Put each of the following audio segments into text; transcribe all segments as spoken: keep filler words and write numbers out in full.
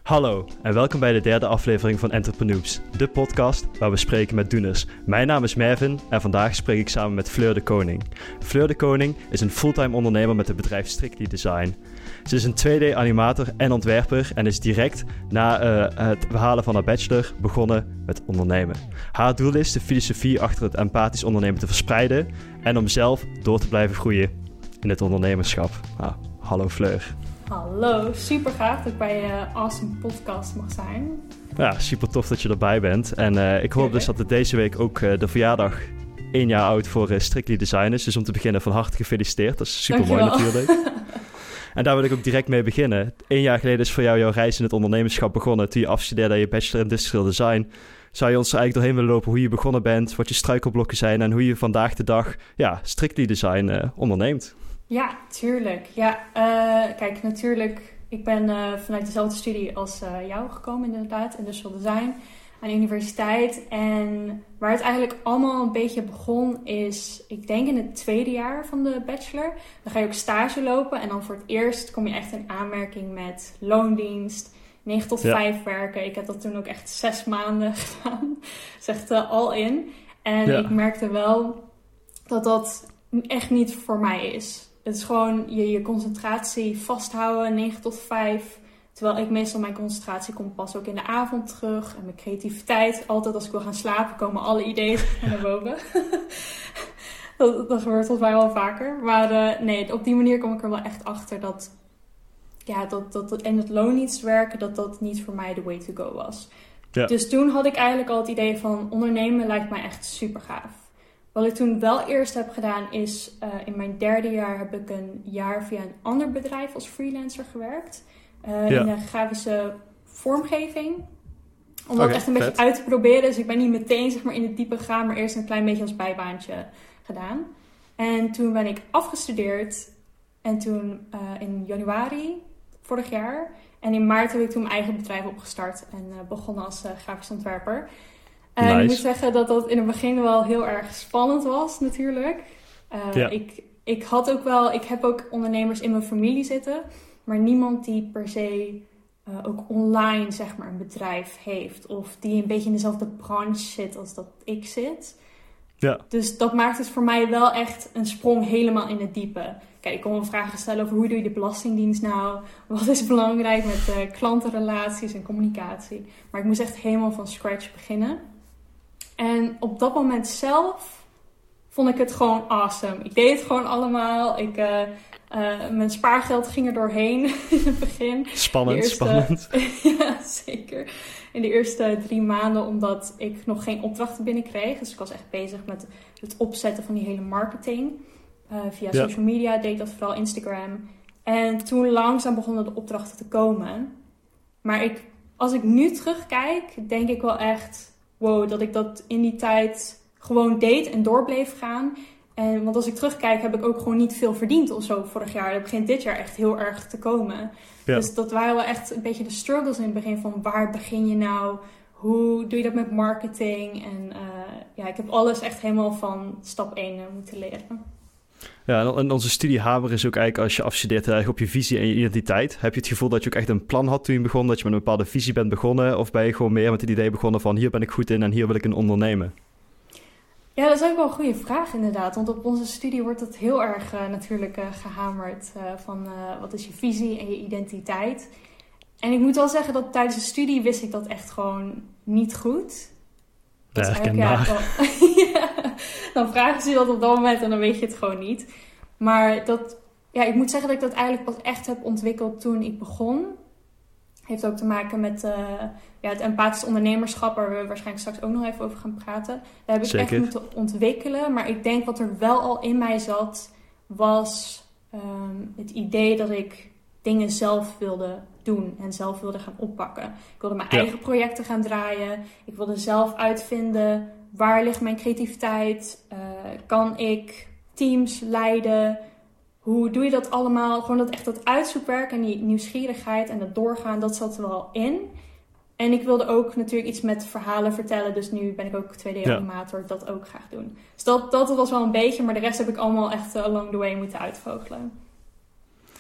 Hallo en welkom bij de derde aflevering van Entrepreneurs, de podcast waar we spreken met doeners. Mijn naam is Mervin en vandaag spreek ik samen met Fleur de Koning. Fleur de Koning is een fulltime ondernemer met het bedrijf Strictly Design. Ze is een twee D-animator en ontwerper en is direct na uh, het behalen van haar bachelor begonnen met ondernemen. Haar doel is de filosofie achter het empathisch ondernemen te verspreiden en om zelf door te blijven groeien in het ondernemerschap. Ah, hallo Fleur. Hallo, super gaaf dat ik bij je uh, Awesome Podcast mag zijn. Ja, super tof dat je erbij bent. En uh, ik hoop dus dat het deze week ook uh, de verjaardag één jaar oud voor uh, Strictly Design is. Dus om te beginnen van harte gefeliciteerd. Dat is super mooi natuurlijk. En daar wil ik ook direct mee beginnen. Eén jaar geleden is voor jou jouw reis in het ondernemerschap begonnen. Toen je afstudeerde aan je Bachelor Industrial Design. Zou je ons er eigenlijk doorheen willen lopen hoe je begonnen bent, wat je struikelblokken zijn en hoe je vandaag de dag ja, Strictly Design uh, onderneemt? Ja, tuurlijk. Ja, uh, kijk, natuurlijk, ik ben uh, vanuit dezelfde studie als uh, jou gekomen inderdaad, Industrial Design, aan de universiteit. En waar het eigenlijk allemaal een beetje begon is, ik denk in het tweede jaar van de bachelor, dan ga je ook stage lopen en dan voor het eerst kom je echt in aanmerking met loondienst, negen tot vijf werken. Ik heb dat toen ook echt zes maanden gedaan. Dat is echt uh, all in. En ja. Ik merkte wel dat dat echt niet voor mij is. Het is gewoon je, je concentratie vasthouden, negen tot vijf. Terwijl ik meestal mijn concentratie komt pas ook in de avond terug. En mijn creativiteit, altijd als ik wil gaan slapen, komen alle ideeën naar boven. dat, dat gebeurt volgens mij wel vaker. Maar uh, nee, op die manier kom ik er wel echt achter dat, ja, dat, dat, dat en het loondienst werken, dat dat niet voor mij de way to go was. Ja. Dus toen had ik eigenlijk al het idee van ondernemen lijkt mij echt super gaaf. Wat ik toen wel eerst heb gedaan is, uh, in mijn derde jaar heb ik een jaar via een ander bedrijf als freelancer gewerkt. Uh, ja. In de grafische vormgeving. Om dat okay, echt een vet. beetje uit te proberen. Dus ik ben niet meteen zeg maar, in het diepe gegaan, maar eerst een klein beetje als bijbaantje gedaan. En toen ben ik afgestudeerd. En toen uh, in januari vorig jaar. En in maart heb ik toen mijn eigen bedrijf opgestart. En uh, begonnen als uh, grafisch ontwerper. En nice. Ik moet zeggen dat dat in het begin wel heel erg spannend was natuurlijk. Uh, ja. ik, ik had ook wel, ik heb ook ondernemers in mijn familie zitten. Maar niemand die per se uh, ook online zeg maar een bedrijf heeft. Of die een beetje in dezelfde branche zit als dat ik zit. Ja. Dus dat maakt het voor mij wel echt een sprong helemaal in het diepe. Kijk, ik kon wel vragen stellen over hoe doe je de belastingdienst nou? Wat is belangrijk met uh, klantenrelaties en communicatie? Maar ik moest echt helemaal van scratch beginnen. En op dat moment zelf vond ik het gewoon awesome. Ik deed het gewoon allemaal. Ik, uh, uh, mijn spaargeld ging er doorheen in het begin. Spannend, eerste, spannend. Ja, zeker. In de eerste drie maanden, omdat ik nog geen opdrachten binnenkreeg. Dus ik was echt bezig met het opzetten van die hele marketing. Uh, via ja. social media deed ik dat vooral Instagram. En toen langzaam begonnen de opdrachten te komen. Maar ik, als ik nu terugkijk, denk ik wel echt, wow, dat ik dat in die tijd gewoon deed en door bleef gaan. En, want als ik terugkijk, heb ik ook gewoon niet veel verdiend of zo vorig jaar. Dat begint dit jaar echt heel erg te komen. Ja. Dus dat waren wel echt een beetje de struggles in het begin van waar begin je nou? Hoe doe je dat met marketing? En uh, ja, ik heb alles echt helemaal van stap één uh, moeten leren. Ja, en onze studie hamer is ook eigenlijk als je afstudeert eigenlijk op je visie en je identiteit. Heb je het gevoel dat je ook echt een plan had toen je begon, dat je met een bepaalde visie bent begonnen? Of ben je gewoon meer met het idee begonnen van hier ben ik goed in en hier wil ik een ondernemen? Ja, dat is ook wel een goede vraag inderdaad. Want op onze studie wordt het heel erg uh, natuurlijk uh, gehamerd uh, van uh, wat is je visie en je identiteit. En ik moet wel zeggen dat tijdens de studie wist ik dat echt gewoon niet goed. Dat is herkenbaar. Ja, dan, ja, dan vragen ze je dat op dat moment en dan weet je het gewoon niet. Maar dat, ja, ik moet zeggen dat ik dat eigenlijk pas echt heb ontwikkeld toen ik begon. Heeft ook te maken met uh, ja, het empathisch ondernemerschap, waar we waarschijnlijk straks ook nog even over gaan praten. Daar heb ik Zeker. echt moeten ontwikkelen. Maar ik denk wat er wel al in mij zat, was um, het idee dat ik dingen zelf wilde doen en zelf wilde gaan oppakken. Ik wilde mijn ja. eigen projecten gaan draaien. Ik wilde zelf uitvinden waar ligt mijn creativiteit. Uh, kan ik teams leiden? Hoe doe je dat allemaal? Gewoon dat echt dat uitzoekwerk en die nieuwsgierigheid en dat doorgaan, dat zat er wel in. En ik wilde ook natuurlijk iets met verhalen vertellen. Dus nu ben ik ook twee D-animator, ja. dat ook graag doen. Dus dat, dat was wel een beetje, maar de rest heb ik allemaal echt uh, along the way moeten uitvogelen.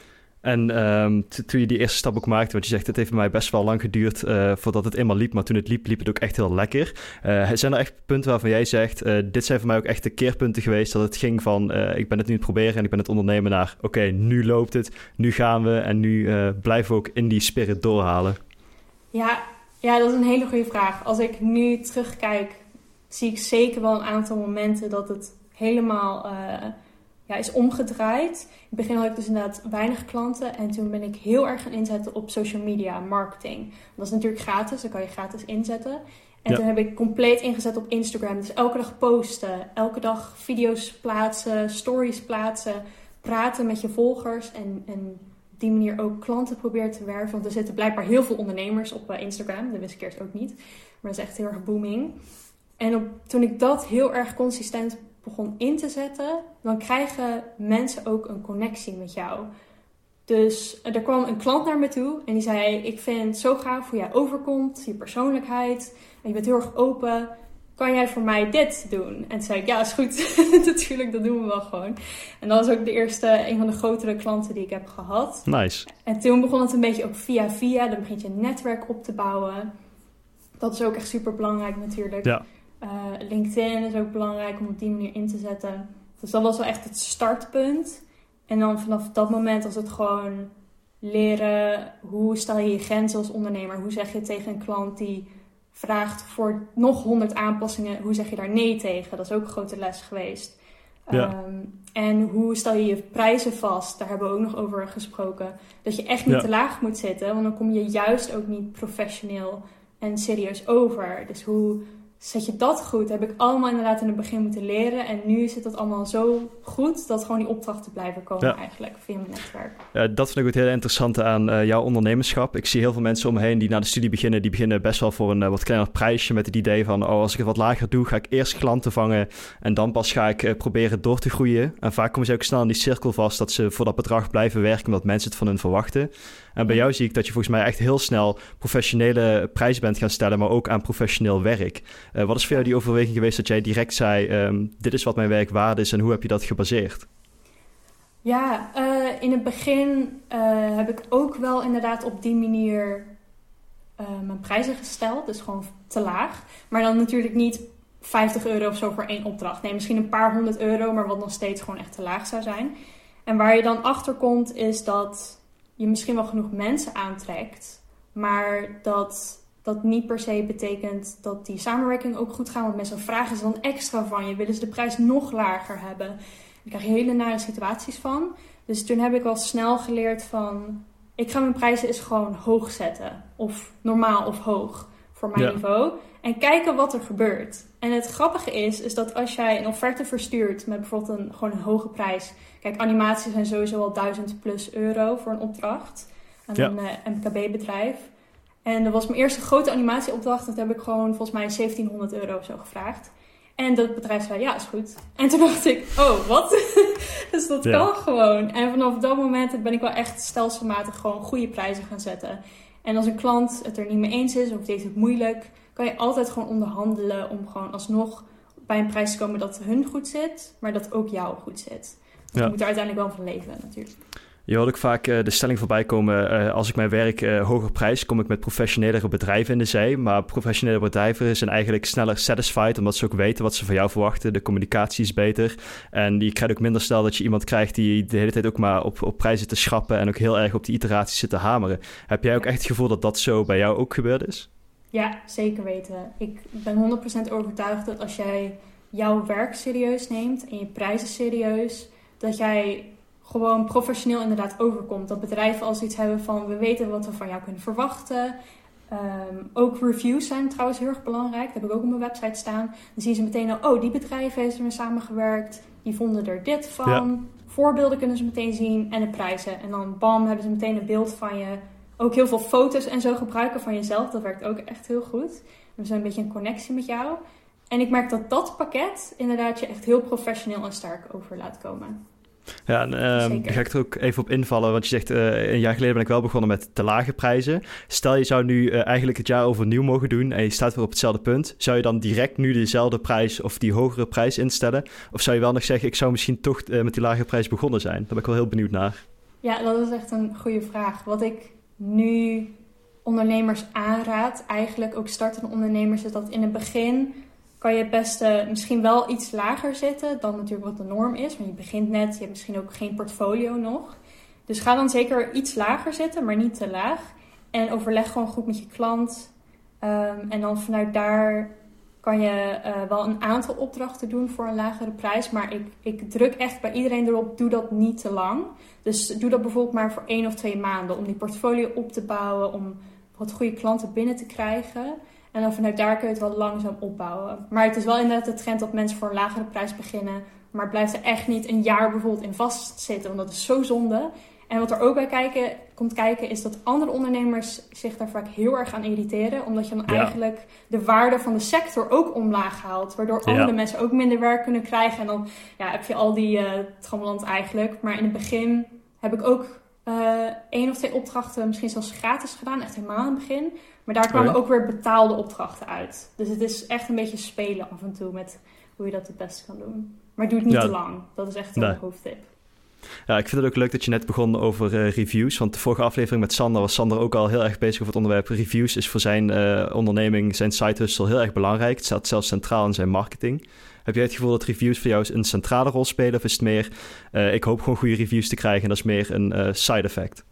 En um, t- toen je die eerste stap ook maakte, want je zegt, het heeft bij mij best wel lang geduurd uh, voordat het eenmaal liep, maar toen het liep, liep het ook echt heel lekker. Uh, zijn er echt punten waarvan jij zegt, uh, dit zijn voor mij ook echt de keerpunten geweest, dat het ging van, uh, ik ben het nu aan het proberen en ik ben het ondernemen naar, oké, okay, nu loopt het, nu gaan we en nu uh, blijven we ook in die spirit doorhalen? Ja, ja, dat is een hele goede vraag. Als ik nu terugkijk, zie ik zeker wel een aantal momenten dat het helemaal uh, ja, is omgedraaid. In het begin had ik dus inderdaad weinig klanten en toen ben ik heel erg gaan inzetten op social media marketing. Dat is natuurlijk gratis, dat kan je gratis inzetten. En ja. toen heb ik compleet ingezet op Instagram. Dus elke dag posten, elke dag video's plaatsen, stories plaatsen, praten met je volgers en, en op die manier ook klanten proberen te werven. Want er zitten blijkbaar heel veel ondernemers op uh, Instagram. Dat wist ik eerst ook niet. Maar dat is echt heel erg booming. En op, toen ik dat heel erg consistent begon in te zetten, dan krijgen mensen ook een connectie met jou. Dus er kwam een klant naar me toe en die zei, ik vind het zo gaaf hoe jij overkomt, je persoonlijkheid, en je bent heel erg open. Kan jij voor mij dit doen? En toen zei ik, ja, is goed. Natuurlijk, dat doen we wel gewoon. En dat was ook de eerste, een van de grotere klanten die ik heb gehad. Nice. En toen begon het een beetje ook via via. Dan begint je een netwerk op te bouwen. Dat is ook echt super belangrijk natuurlijk. Ja. Uh, LinkedIn is ook belangrijk om op die manier in te zetten. Dus dat was wel echt het startpunt. En dan vanaf dat moment was het gewoon leren, hoe stel je je grenzen als ondernemer? Hoe zeg je tegen een klant die vraagt voor nog honderd aanpassingen, hoe zeg je daar nee tegen? Dat is ook een grote les geweest. Ja. Um, en hoe stel je je prijzen vast? Daar hebben we ook nog over gesproken. Dat je echt niet ja. te laag moet zitten, want dan kom je juist ook niet professioneel en serieus over. Dus hoe zet je dat goed? Dat heb ik allemaal inderdaad in het begin moeten leren. En nu zit dat allemaal zo goed dat gewoon die opdrachten blijven komen ja. eigenlijk via mijn netwerk. Ja, dat vind ik ook het heel interessante aan uh, jouw ondernemerschap. Ik zie heel veel mensen om me heen die na de studie beginnen. Die beginnen best wel voor een uh, wat kleiner prijsje met het idee van, oh, als ik het wat lager doe, ga ik eerst klanten vangen en dan pas ga ik uh, proberen door te groeien. En vaak komen ze ook snel in die cirkel vast dat ze voor dat bedrag blijven werken omdat mensen het van hun verwachten. En bij jou zie ik dat je volgens mij echt heel snel professionele prijzen bent gaan stellen, maar ook aan professioneel werk. Uh, wat is voor jou die overweging geweest dat jij direct zei, um, dit is wat mijn werk waard is en hoe heb je dat gebaseerd? Ja, uh, in het begin uh, heb ik ook wel inderdaad op die manier uh, mijn prijzen gesteld. Dus gewoon te laag. Maar dan natuurlijk niet vijftig euro of zo voor één opdracht. Nee, misschien een paar honderd euro, maar wat nog steeds gewoon echt te laag zou zijn. En waar je dan achter komt is dat je misschien wel genoeg mensen aantrekt, maar dat dat niet per se betekent dat die samenwerking ook goed gaat. Want mensen vragen ze dan extra van je. Willen ze de prijs nog lager hebben? Daar krijg je hele nare situaties van. Dus toen heb ik al snel geleerd van, ik ga mijn prijzen eens gewoon hoog zetten. Of normaal of hoog voor mijn ja. niveau. En kijken wat er gebeurt. En het grappige is, is dat als jij een offerte verstuurt met bijvoorbeeld een, gewoon een hoge prijs. Kijk, animaties zijn sowieso al duizend plus euro voor een opdracht. Aan ja. een uh, M K B-bedrijf. En dat was mijn eerste grote animatieopdracht. Dat heb ik gewoon volgens mij zeventienhonderd euro of zo gevraagd. En dat bedrijf zei, ja, is goed. En toen dacht ik, oh, wat? Dus dat ja. kan gewoon. En vanaf dat moment ben ik wel echt stelselmatig gewoon goede prijzen gaan zetten. En als een klant het er niet mee eens is of heeft het moeilijk, kan je altijd gewoon onderhandelen om gewoon alsnog bij een prijs te komen dat hun goed zit, maar dat ook jou goed zit. Want ja. je moet er uiteindelijk wel van leven natuurlijk. Je hoort ook vaak uh, de stelling voorbij komen, uh, als ik mijn werk uh, hoger prijs, kom ik met professionelere bedrijven in de zee. Maar professionele bedrijven zijn eigenlijk sneller satisfied, omdat ze ook weten wat ze van jou verwachten. De communicatie is beter. En je krijgt ook minder snel dat je iemand krijgt die de hele tijd ook maar op, op prijzen te schrappen en ook heel erg op die iteraties zit te hameren. Heb jij ook echt het gevoel dat dat zo bij jou ook gebeurd is? Ja, zeker weten. Ik ben honderd procent overtuigd dat als jij jouw werk serieus neemt en je prijzen serieus, dat jij gewoon professioneel inderdaad overkomt. Dat bedrijven als iets hebben van, we weten wat we van jou kunnen verwachten. Um, ook reviews zijn trouwens heel erg belangrijk. Dat heb ik ook op mijn website staan. Dan zien ze meteen al, oh, die bedrijf heeft ermee samengewerkt. Die vonden er dit van. Ja. Voorbeelden kunnen ze meteen zien en de prijzen. En dan bam, hebben ze meteen een beeld van je. Ook heel veel foto's en zo gebruiken van jezelf. Dat werkt ook echt heel goed. We zijn een beetje een connectie met jou. En ik merk dat dat pakket inderdaad je echt heel professioneel en sterk over laat komen. Ja, en um, daar ga ik er ook even op invallen, want je zegt, uh, een jaar geleden ben ik wel begonnen met te lage prijzen. Stel je zou nu uh, eigenlijk het jaar overnieuw mogen doen en je staat weer op hetzelfde punt. Zou je dan direct nu dezelfde prijs of die hogere prijs instellen? Of zou je wel nog zeggen, ik zou misschien toch uh, met die lage prijs begonnen zijn? Daar ben ik wel heel benieuwd naar. Ja, dat is echt een goede vraag. Wat ik nu ondernemers aanraad, eigenlijk ook startende ondernemers, is dat in het begin kan je het beste misschien wel iets lager zitten dan natuurlijk wat de norm is. Want je begint net, je hebt misschien ook geen portfolio nog. Dus ga dan zeker iets lager zitten, maar niet te laag. En overleg gewoon goed met je klant. Um, en dan vanuit daar kan je uh, wel een aantal opdrachten doen voor een lagere prijs. Maar ik, ik druk echt bij iedereen erop, doe dat niet te lang. Dus doe dat bijvoorbeeld maar voor één of twee maanden. Om die portfolio op te bouwen, om wat goede klanten binnen te krijgen. En dan vanuit daar kun je het wel langzaam opbouwen. Maar het is wel inderdaad de trend dat mensen voor een lagere prijs beginnen. Maar blijft er echt niet een jaar bijvoorbeeld in vastzitten. Want dat is zo zonde. En wat er ook bij kijken, komt kijken is dat andere ondernemers zich daar vaak heel erg aan irriteren. Omdat je dan ja. eigenlijk de waarde van de sector ook omlaag haalt. Waardoor andere ja. mensen ook minder werk kunnen krijgen. En dan ja, heb je al die uh, trammeland eigenlijk. Maar in het begin heb ik ook uh, één of twee opdrachten misschien zelfs gratis gedaan. Echt helemaal in het begin. Maar daar kwamen oh ja. ook weer betaalde opdrachten uit. Dus het is echt een beetje spelen af en toe met hoe je dat het beste kan doen. Maar doe het niet ja. te lang. Dat is echt een nee. hoofdtip. Ja, ik vind het ook leuk dat je net begon over uh, reviews. Want de vorige aflevering met Sander was Sander ook al heel erg bezig over het onderwerp. Reviews is voor zijn uh, onderneming, zijn side hustle heel erg belangrijk. Het staat zelfs centraal in zijn marketing. Heb jij het gevoel dat reviews voor jou een centrale rol spelen? Of is het meer, uh, ik hoop gewoon goede reviews te krijgen en dat is meer een uh, side effect?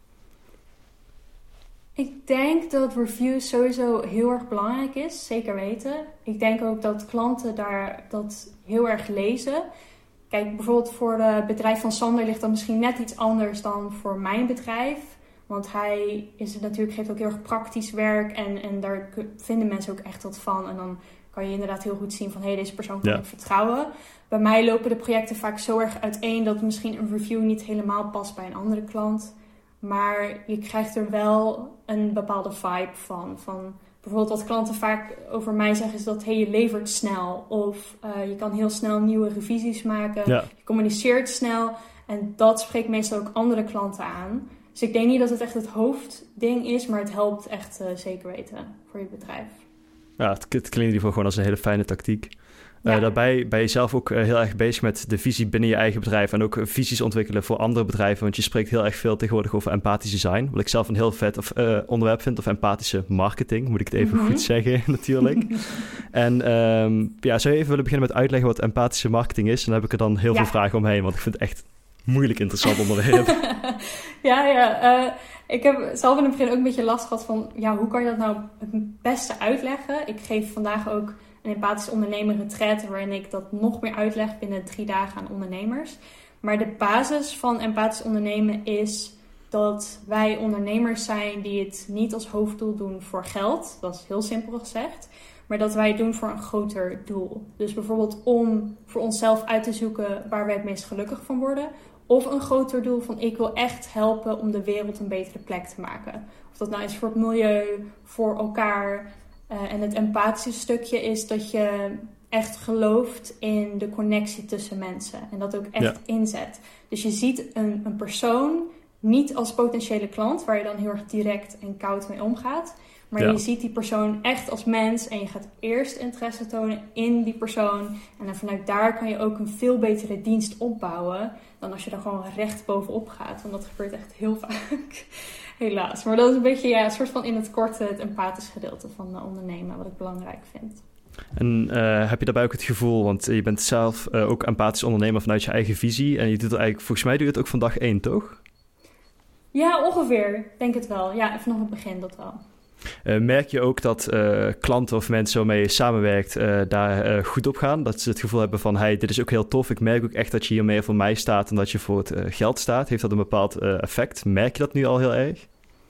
Ik denk dat reviews sowieso heel erg belangrijk is. Zeker weten. Ik denk ook dat klanten daar dat heel erg lezen. Kijk, bijvoorbeeld voor het bedrijf van Sander ligt dat misschien net iets anders dan voor mijn bedrijf. Want hij is natuurlijk, geeft ook heel erg praktisch werk en, en daar vinden mensen ook echt wat van. En dan kan je inderdaad heel goed zien van, hé, hey, deze persoon kan ja. ik vertrouwen. Bij mij lopen de projecten vaak zo erg uiteen dat misschien een review niet helemaal past bij een andere klant. Maar je krijgt er wel een bepaalde vibe van. van Bijvoorbeeld wat klanten vaak over mij zeggen is dat hey, je levert snel. Of uh, je kan heel snel nieuwe revisies maken. Ja. Je communiceert snel. En dat spreekt meestal ook andere klanten aan. Dus ik denk niet dat het echt het hoofdding is. Maar het helpt echt uh, zeker weten voor je bedrijf. Ja, het, het klinkt in ieder geval gewoon als een hele fijne tactiek. Ja. Uh, daarbij ben je zelf ook uh, heel erg bezig met de visie binnen je eigen bedrijf en ook uh, visies ontwikkelen voor andere bedrijven, want je spreekt heel erg veel tegenwoordig over empathisch design, wat ik zelf een heel vet of, uh, onderwerp vind, of empathische marketing, moet ik het even mm-hmm. goed zeggen natuurlijk. En um, ja, zou je even willen beginnen met uitleggen wat empathische marketing is? En dan heb ik er dan heel ja. veel vragen omheen, want ik vind het echt moeilijk interessant onderwerp. ja, ja. Uh, ik heb zelf in het begin ook een beetje last gehad van, ja, hoe kan je dat nou het beste uitleggen? Ik geef vandaag ook een empathisch ondernemer retreat, waarin ik dat nog meer uitleg binnen drie dagen aan ondernemers. Maar de basis van empathisch ondernemen is dat wij ondernemers zijn die het niet als hoofddoel doen voor geld. Dat is heel simpel gezegd. Maar dat wij het doen voor een groter doel. Dus bijvoorbeeld om voor onszelf uit te zoeken waar wij het meest gelukkig van worden. Of een groter doel van ik wil echt helpen om de wereld een betere plek te maken. Of dat nou is voor het milieu, voor elkaar. Uh, en het empathische stukje is dat je echt gelooft in de connectie tussen mensen. En dat ook echt ja. inzet. Dus je ziet een, een persoon niet als potentiële klant, waar je dan heel erg direct en koud mee omgaat. Maar ja. je ziet die persoon echt als mens en je gaat eerst interesse tonen in die persoon. En dan vanuit daar kan je ook een veel betere dienst opbouwen dan als je er gewoon recht bovenop gaat. Want dat gebeurt echt heel vaak. Helaas. Maar dat is een beetje ja, een soort van in het kort het empathisch gedeelte van uh, ondernemen, wat ik belangrijk vind. En uh, heb je daarbij ook het gevoel, want je bent zelf uh, ook empathisch ondernemer vanuit je eigen visie. En je doet het eigenlijk, volgens mij doe je het ook van dag één, toch? Ja, ongeveer. Denk het wel. Ja, vanaf het begin dat wel. Uh, merk je ook dat uh, klanten of mensen waarmee je samenwerkt uh, daar uh, goed op gaan? Dat ze het gevoel hebben van, hey, dit is ook heel tof. Ik merk ook echt dat je hier meer voor mij staat dan dat je voor het uh, geld staat. Heeft dat een bepaald uh, effect? Merk je dat nu al heel erg?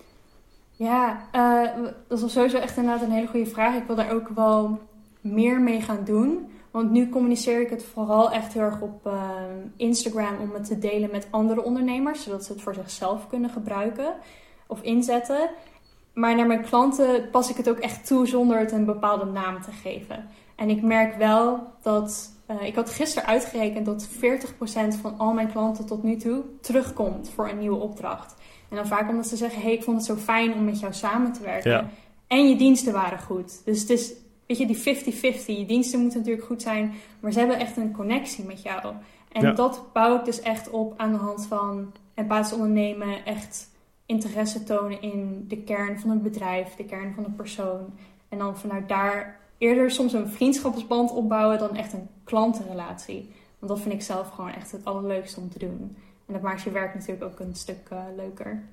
Ja, uh, dat is sowieso echt inderdaad een hele goede vraag. Ik wil daar ook wel meer mee gaan doen. Want nu communiceer ik het vooral echt heel erg op uh, Instagram om het te delen met andere ondernemers. Zodat ze het voor zichzelf kunnen gebruiken of inzetten. Maar naar mijn klanten pas ik het ook echt toe zonder het een bepaalde naam te geven. En ik merk wel dat... Uh, ik had gisteren uitgerekend dat veertig procent van al mijn klanten tot nu toe terugkomt voor een nieuwe opdracht. En dan vaak omdat ze zeggen, hey, ik vond het zo fijn om met jou samen te werken. Ja. En je diensten waren goed. Dus het is, weet je, die vijftig vijftig. Je diensten moeten natuurlijk goed zijn, maar ze hebben echt een connectie met jou. En ja. dat bouw ik dus echt op aan de hand van empathisch ondernemen echt interesse tonen in de kern van het bedrijf, de kern van de persoon. En dan vanuit daar eerder soms een vriendschapsband opbouwen dan echt een klantenrelatie. Want dat vind ik zelf gewoon echt het allerleukste om te doen. En dat maakt je werk natuurlijk ook een stuk uh, leuker.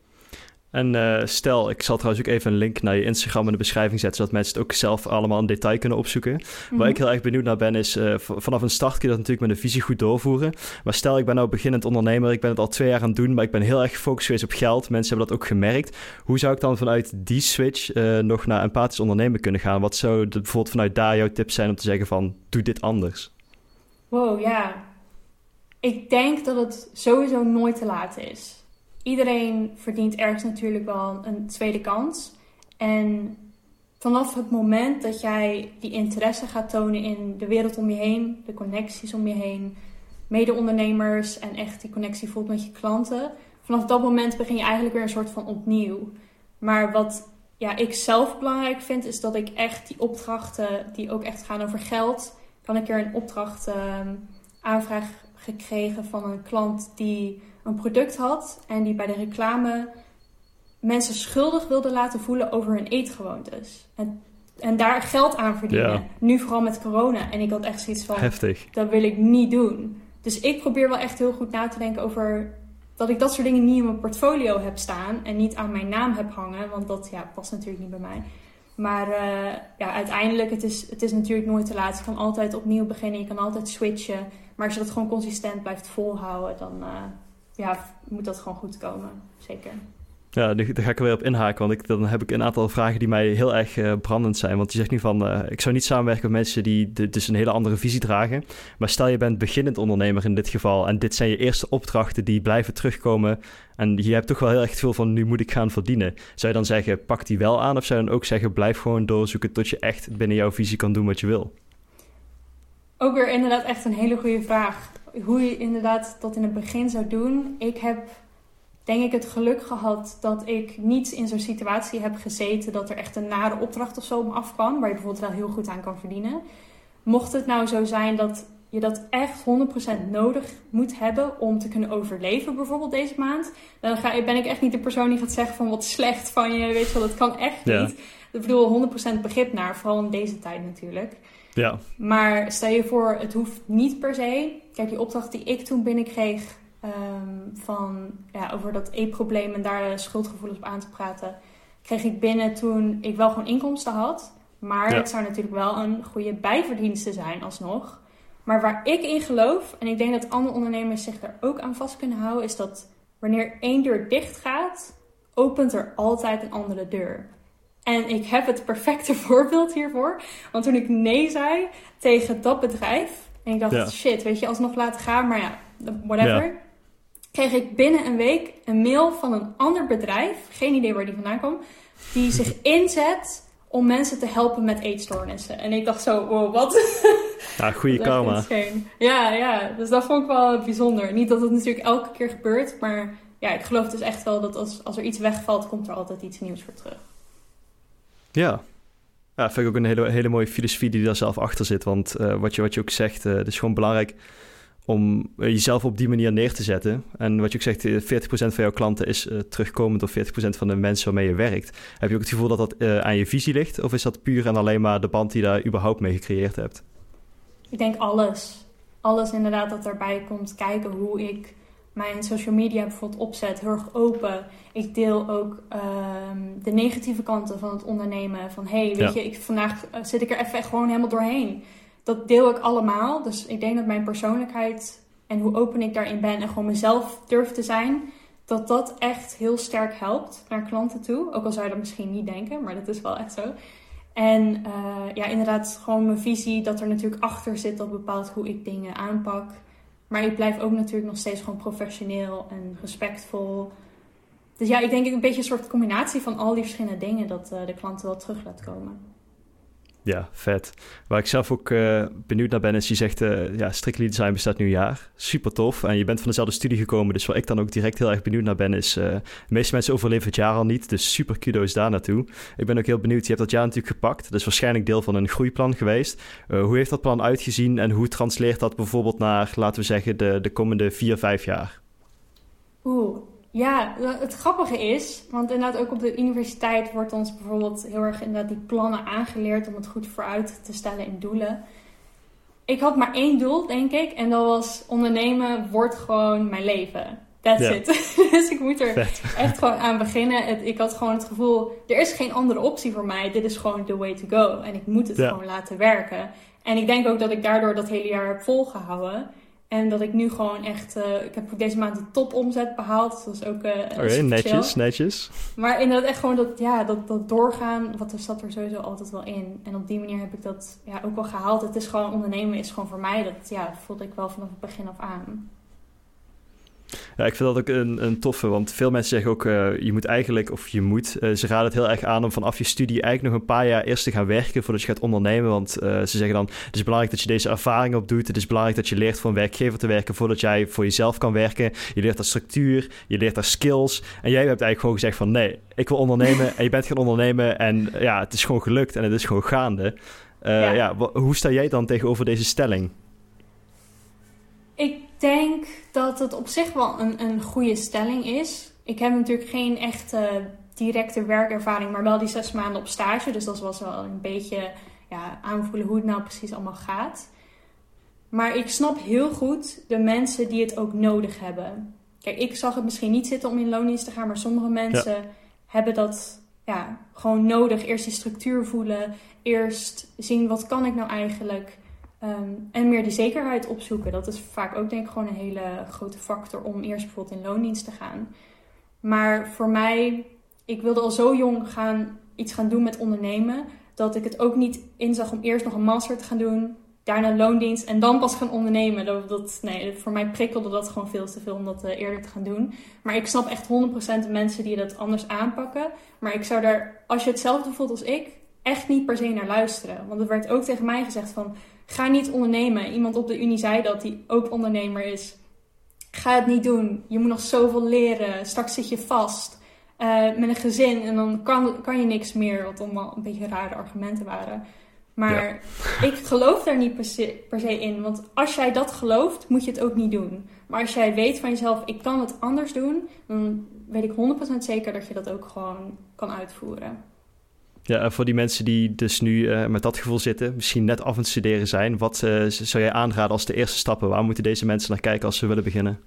En uh, stel, ik zal trouwens ook even een link naar je Instagram in de beschrijving zetten, zodat mensen het ook zelf allemaal in detail kunnen opzoeken. Mm-hmm. Waar ik heel erg benieuwd naar ben is, uh, v- vanaf een start kun je dat natuurlijk met een visie goed doorvoeren. Maar stel, ik ben nou beginnend ondernemer, ik ben het al twee jaar aan het doen, maar ik ben heel erg gefocust geweest op geld. Mensen hebben dat ook gemerkt. Hoe zou ik dan vanuit die switch uh, nog naar empathisch ondernemen kunnen gaan? Wat zou de, bijvoorbeeld vanuit daar jouw tips zijn om te zeggen van, doe dit anders? Wow, ja. Ik denk dat het sowieso nooit te laat is. Iedereen verdient ergens natuurlijk wel een tweede kans. En vanaf het moment dat jij die interesse gaat tonen in de wereld om je heen, de connecties om je heen, mede-ondernemers en echt die connectie voelt met je klanten, vanaf dat moment begin je eigenlijk weer een soort van opnieuw. Maar wat ja, ik zelf belangrijk vind, is dat ik echt die opdrachten die ook echt gaan over geld, kan ik er een opdracht uh, aanvraag gekregen van een klant die een product had en die bij de reclame mensen schuldig wilde laten voelen over hun eetgewoontes. En, en daar geld aan verdienen. Ja. Nu vooral met corona. En ik had echt zoiets van, heftig. Dat wil ik niet doen. Dus ik probeer wel echt heel goed na te denken over dat ik dat soort dingen niet in mijn portfolio heb staan en niet aan mijn naam heb hangen. Want dat ja, past natuurlijk niet bij mij. Maar uh, ja, uiteindelijk, het is, het is natuurlijk nooit te laat. Je kan altijd opnieuw beginnen, je kan altijd switchen. Maar als je dat gewoon consistent blijft volhouden, dan uh, ja, moet dat gewoon goed komen. Zeker. Ja, daar ga ik er weer op inhaken, want ik, dan heb ik een aantal vragen die mij heel erg uh, brandend zijn. Want je zegt nu van, uh, ik zou niet samenwerken met mensen die de, dus een hele andere visie dragen. Maar stel je bent beginnend ondernemer in dit geval en dit zijn je eerste opdrachten die blijven terugkomen. En je hebt toch wel heel erg veel van, nu moet ik gaan verdienen. Zou je dan zeggen, pak die wel aan? Of zou je dan ook zeggen, blijf gewoon doorzoeken tot je echt binnen jouw visie kan doen wat je wil? Ook weer inderdaad echt een hele goede vraag. Hoe je inderdaad dat in het begin zou doen. Ik heb denk ik het geluk gehad dat ik niet in zo'n situatie heb gezeten dat er echt een nare opdracht of zo op me afkwam, waar je bijvoorbeeld wel heel goed aan kan verdienen. Mocht het nou zo zijn dat je dat echt honderd procent nodig moet hebben om te kunnen overleven bijvoorbeeld deze maand, dan ga, ben ik echt niet de persoon die gaat zeggen van wat slecht van je, weet je wel, dat kan echt niet. Ja. Ik bedoel, honderd procent begrip naar, vooral in deze tijd natuurlijk. Ja. Maar stel je voor, het hoeft niet per se. Kijk, die opdracht die ik toen binnenkreeg, Um, van, ja, over dat eetprobleem en daar de schuldgevoelens op aan te praten, kreeg ik binnen toen ik wel gewoon inkomsten had. Maar ja. Het zou natuurlijk wel een goede bijverdienste zijn alsnog. Maar waar ik in geloof, en ik denk dat andere ondernemers zich daar ook aan vast kunnen houden, is dat wanneer één deur dicht gaat, opent er altijd een andere deur. En ik heb het perfecte voorbeeld hiervoor. Want toen ik nee zei tegen dat bedrijf, en ik dacht, ja. shit, weet je, alsnog laten gaan, maar ja, whatever. Ja. Kreeg ik binnen een week een mail van een ander bedrijf, geen idee waar die vandaan kwam, die zich inzet om mensen te helpen met eetstoornissen. En ik dacht zo, wow, wat? Ja, goede karma. Ja, ja, dus dat vond ik wel bijzonder. Niet dat het natuurlijk elke keer gebeurt, maar ja, ik geloof dus echt wel dat als, als er iets wegvalt, komt er altijd iets nieuws voor terug. Ja. Ja, vind ik ook een hele, hele mooie filosofie die daar zelf achter zit. Want uh, wat, je, wat je ook zegt, uh, het is gewoon belangrijk om jezelf op die manier neer te zetten. En wat je ook zegt, veertig procent van jouw klanten is uh, terugkomend of veertig procent van de mensen waarmee je werkt. Heb je ook het gevoel dat dat uh, aan je visie ligt? Of is dat puur en alleen maar de band die je daar überhaupt mee gecreëerd hebt? Ik denk alles. Alles inderdaad dat erbij komt kijken hoe ik mijn social media bijvoorbeeld opzet. Heel erg open. Ik deel ook um, de negatieve kanten van het ondernemen. Van hé, hey, weet ja. je, ik, vandaag uh, zit ik er even gewoon helemaal doorheen. Dat deel ik allemaal. Dus ik denk dat mijn persoonlijkheid en hoe open ik daarin ben en gewoon mezelf durf te zijn, dat dat echt heel sterk helpt naar klanten toe. Ook al zou je dat misschien niet denken, maar dat is wel echt zo. En uh, ja, inderdaad gewoon mijn visie, dat er natuurlijk achter zit, dat bepaalt hoe ik dingen aanpak. Maar ik blijf ook natuurlijk nog steeds gewoon professioneel en respectvol. Dus ja, ik denk een beetje een soort combinatie van al die verschillende dingen dat uh, de klanten wel terug laat komen. Ja, vet. Waar ik zelf ook uh, benieuwd naar ben is, je zegt, uh, ja, Strictly Design bestaat nu een jaar. Super tof. En je bent van dezelfde studie gekomen, dus waar ik dan ook direct heel erg benieuwd naar ben is, uh, de meeste mensen overleven het jaar al niet, dus super kudo's daar naartoe. Ik ben ook heel benieuwd, je hebt dat jaar natuurlijk gepakt, dat is waarschijnlijk deel van een groeiplan geweest. Uh, hoe heeft dat plan uitgezien en hoe transleert dat bijvoorbeeld naar, laten we zeggen, de, de komende vier, vijf jaar? Oeh, ja, het grappige is, want inderdaad ook op de universiteit wordt ons bijvoorbeeld heel erg inderdaad die plannen aangeleerd om het goed vooruit te stellen in doelen. Ik had maar één doel, denk ik, en dat was ondernemen wordt gewoon mijn leven. That's yeah. it. Dus ik moet er Vet. echt gewoon aan beginnen. Het, ik had gewoon het gevoel, er is geen andere optie voor mij. Dit is gewoon the way to go. En ik moet het yeah. gewoon laten werken. En ik denk ook dat ik daardoor dat hele jaar heb volgehouden. En dat ik nu gewoon echt... Uh, ik heb deze maand de topomzet behaald. Dat is ook uh, Oké, okay, netjes, chill. netjes. Maar inderdaad echt gewoon dat, ja, dat, dat doorgaan, wat er zat er sowieso altijd wel in. En op die manier heb ik dat ja, ook wel gehaald. Het is gewoon, ondernemen is gewoon voor mij. Dat ja, voelde ik wel vanaf het begin af aan. Ja, ik vind dat ook een, een toffe, want veel mensen zeggen ook, uh, je moet eigenlijk, of je moet, uh, ze raden het heel erg aan om vanaf je studie eigenlijk nog een paar jaar eerst te gaan werken voordat je gaat ondernemen, want uh, ze zeggen dan, het is belangrijk dat je deze ervaring opdoet, het is belangrijk dat je leert voor een werkgever te werken voordat jij voor jezelf kan werken, je leert daar structuur, je leert daar skills, en jij hebt eigenlijk gewoon gezegd van, nee, ik wil ondernemen en je bent gaan ondernemen en ja, het is gewoon gelukt en het is gewoon gaande. Uh, ja. Ja, w- hoe sta jij dan tegenover deze stelling? Ik denk dat het op zich wel een, een goede stelling is. Ik heb natuurlijk geen echte directe werkervaring, maar wel die zes maanden op stage. Dus dat was wel een beetje ja, aanvoelen hoe het nou precies allemaal gaat. Maar ik snap heel goed de mensen die het ook nodig hebben. Kijk, ik zag het misschien niet zitten om in loondienst te gaan, maar sommige mensen ja. hebben dat ja, gewoon nodig. Eerst die structuur voelen, eerst zien wat kan ik nou eigenlijk... Um, en meer die zekerheid opzoeken. Dat is vaak ook denk ik gewoon een hele grote factor om eerst bijvoorbeeld in loondienst te gaan. Maar voor mij, ik wilde al zo jong gaan iets gaan doen met ondernemen, dat ik het ook niet inzag om eerst nog een master te gaan doen, daarna loondienst en dan pas gaan ondernemen. Dat, dat, nee, voor mij prikkelde dat gewoon veel te veel om dat uh, eerder te gaan doen. Maar ik snap echt honderd procent de mensen die dat anders aanpakken. Maar ik zou daar, als je hetzelfde voelt als ik, echt niet per se naar luisteren. Want er werd ook tegen mij gezegd van, ga niet ondernemen. Iemand op de unie zei dat, die ook ondernemer is. Ga het niet doen. Je moet nog zoveel leren. Straks zit je vast uh, met een gezin en dan kan, kan je niks meer. Wat allemaal een beetje rare argumenten waren. Maar ja. ik geloof daar niet per se, per se in. Want als jij dat gelooft, moet je het ook niet doen. Maar als jij weet van jezelf, ik kan het anders doen, dan weet ik honderd procent zeker dat je dat ook gewoon kan uitvoeren. Ja, en voor die mensen die dus nu uh, met dat gevoel zitten, misschien net af aan het studeren zijn, wat uh, zou jij aanraden als de eerste stappen? Waar moeten deze mensen naar kijken als ze willen beginnen?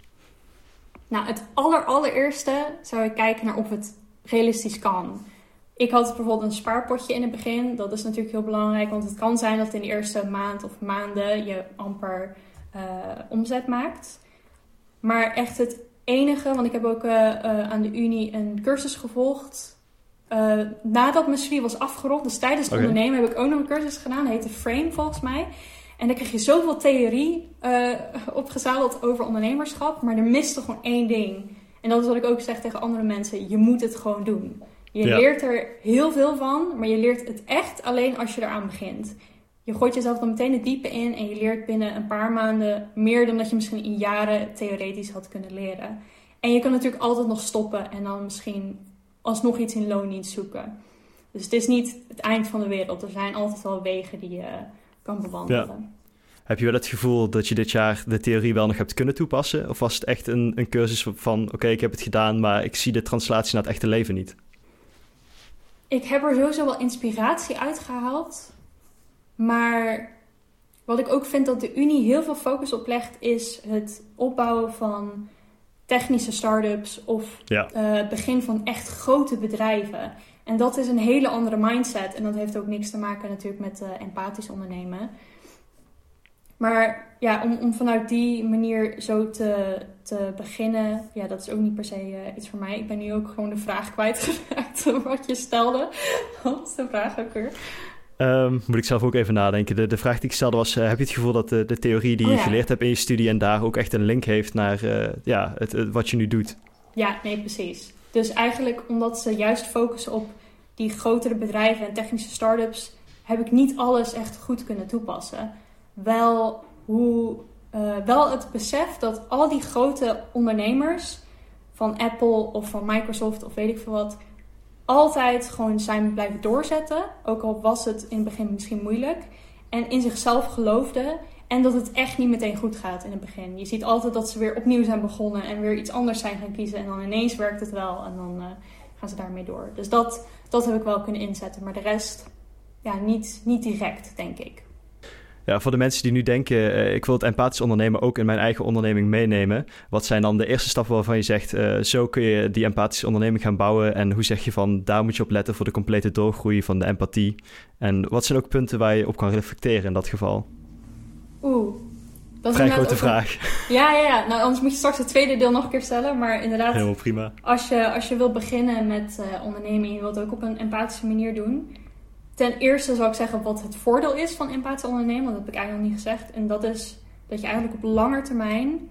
Nou, het aller, allereerste zou ik kijken naar of het realistisch kan. Ik had bijvoorbeeld een spaarpotje in het begin. Dat is natuurlijk heel belangrijk, want het kan zijn dat in de eerste maand of maanden je amper uh, omzet maakt. Maar echt het enige, want ik heb ook uh, uh, aan de Unie een cursus gevolgd. Uh, nadat mijn studie was afgerond, dus tijdens het okay. ondernemen, heb ik ook nog een cursus gedaan. Dat heette Frame volgens mij. En dan kreeg je zoveel theorie uh, opgezadeld over ondernemerschap. Maar er miste gewoon één ding. En dat is wat ik ook zeg tegen andere mensen. Je moet het gewoon doen. Je ja. leert er heel veel van, maar je leert het echt alleen als je eraan begint. Je gooit jezelf dan meteen het diepe in en je leert binnen een paar maanden meer dan dat je misschien in jaren theoretisch had kunnen leren. En je kan natuurlijk altijd nog stoppen en dan misschien alsnog iets in loondienst zoeken. Dus het is niet het eind van de wereld. Er zijn altijd wel wegen die je kan bewandelen. Ja. Heb je wel het gevoel dat je dit jaar de theorie wel nog hebt kunnen toepassen? Of was het echt een, een cursus van, oké, okay, ik heb het gedaan, maar ik zie de translatie naar het echte leven niet? Ik heb er sowieso wel inspiratie uitgehaald. Maar wat ik ook vind dat de Unie heel veel focus op legt, is het opbouwen van technische start-ups of ja. uh, het begin van echt grote bedrijven. En dat is een hele andere mindset. En dat heeft ook niks te maken natuurlijk met uh, empathisch ondernemen. Maar ja, om, om vanuit die manier zo te, te beginnen, ja, dat is ook niet per se uh, iets voor mij. Ik ben nu ook gewoon de vraag kwijtgeraakt wat je stelde. Wat is de vraag ook weer? Um, moet ik zelf ook even nadenken. De, de vraag die ik stelde was, uh, heb je het gevoel dat de, de theorie die oh, je ja. geleerd hebt in je studie en daar ook echt een link heeft naar uh, ja, het, het, wat je nu doet? Ja, nee, precies. Dus eigenlijk omdat ze juist focussen op die grotere bedrijven en technische start-ups, heb ik niet alles echt goed kunnen toepassen. Wel, hoe, uh, wel het besef dat al die grote ondernemers van Apple of van Microsoft of weet ik veel wat, altijd gewoon zijn blijven doorzetten. Ook al was het in het begin misschien moeilijk. En in zichzelf geloofden. En dat het echt niet meteen goed gaat in het begin. Je ziet altijd dat ze weer opnieuw zijn begonnen en weer iets anders zijn gaan kiezen. En dan ineens werkt het wel en dan uh, gaan ze daarmee door. Dus dat, dat heb ik wel kunnen inzetten. Maar de rest, ja, niet, niet direct, denk ik. Ja, voor de mensen die nu denken, uh, ik wil het empathisch ondernemen ook in mijn eigen onderneming meenemen. Wat zijn dan de eerste stappen waarvan je zegt, uh, zo kun je die empathische onderneming gaan bouwen? En hoe zeg je van, daar moet je op letten voor de complete doorgroei van de empathie? En wat zijn ook punten waar je op kan reflecteren in dat geval? Oeh. Dat Vrij is grote ook vraag. Een... Ja, ja, ja. Nou, anders moet je straks het tweede deel nog een keer stellen. Maar inderdaad, helemaal prima. Als je, als je wilt beginnen met uh, ondernemen en je wilt het ook op een empathische manier doen. Ten eerste zou ik zeggen wat het voordeel is van empathisch ondernemen. Want dat heb ik eigenlijk nog niet gezegd. En dat is dat je eigenlijk op lange termijn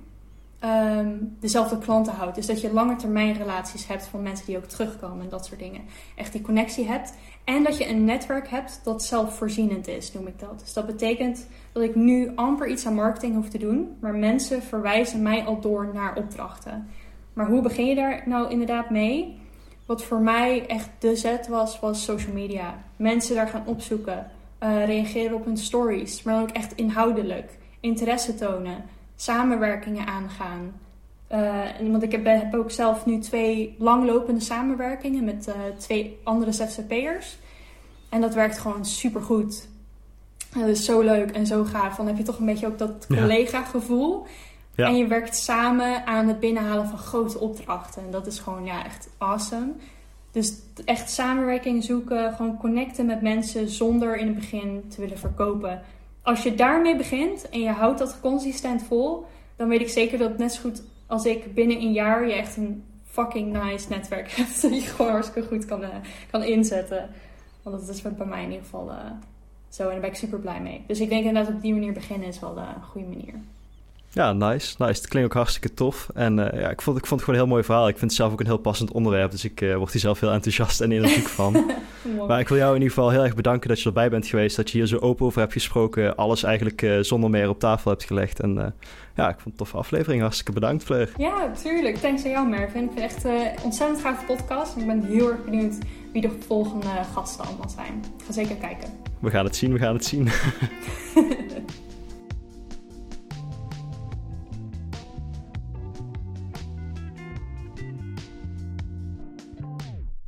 um, dezelfde klanten houdt. Dus dat je lange termijn relaties hebt van mensen die ook terugkomen en dat soort dingen. Echt die connectie hebt. En dat je een netwerk hebt dat zelfvoorzienend is, noem ik dat. Dus dat betekent dat ik nu amper iets aan marketing hoef te doen. Maar mensen verwijzen mij al door naar opdrachten. Maar hoe begin je daar nou inderdaad mee? Wat voor mij echt de zet was, was social media. Mensen daar gaan opzoeken. Uh, reageren op hun stories. Maar ook echt inhoudelijk. Interesse tonen. Samenwerkingen aangaan. Uh, want ik heb, heb ook zelf nu twee langlopende samenwerkingen met uh, twee andere Z Z P'ers. En dat werkt gewoon supergoed. Uh, dat is zo leuk en zo gaaf. Dan heb je toch een beetje ook dat collega-gevoel. Ja. En je werkt samen aan het binnenhalen van grote opdrachten. En dat is gewoon ja, echt awesome. Dus echt samenwerking zoeken. Gewoon connecten met mensen zonder in het begin te willen verkopen. Als je daarmee begint en je houdt dat consistent vol, dan weet ik zeker dat het net zo goed als ik binnen een jaar je echt een fucking nice netwerk hebt. Dat je gewoon hartstikke goed kan, uh, kan inzetten. Want dat is bij mij in ieder geval uh, zo. En daar ben ik super blij mee. Dus ik denk inderdaad op die manier beginnen is wel de goede manier. Ja, nice. nice. Het klinkt ook hartstikke tof. En uh, ja, ik vond, ik vond het gewoon een heel mooi verhaal. Ik vind het zelf ook een heel passend onderwerp. Dus ik uh, word hier zelf heel enthousiast en energiek van. Maar ik wil jou in ieder geval heel erg bedanken dat je erbij bent geweest. Dat je hier zo open over hebt gesproken. Alles eigenlijk uh, zonder meer op tafel hebt gelegd. En uh, ja, ik vond het een toffe aflevering. Hartstikke bedankt, Fleur. Ja, tuurlijk. Thanks aan jou, Mervin. Ik vind het echt een uh, ontzettend gave podcast. En ik ben heel erg benieuwd wie de volgende gasten allemaal zijn. Ik ga zeker kijken. We gaan het zien, we gaan het zien.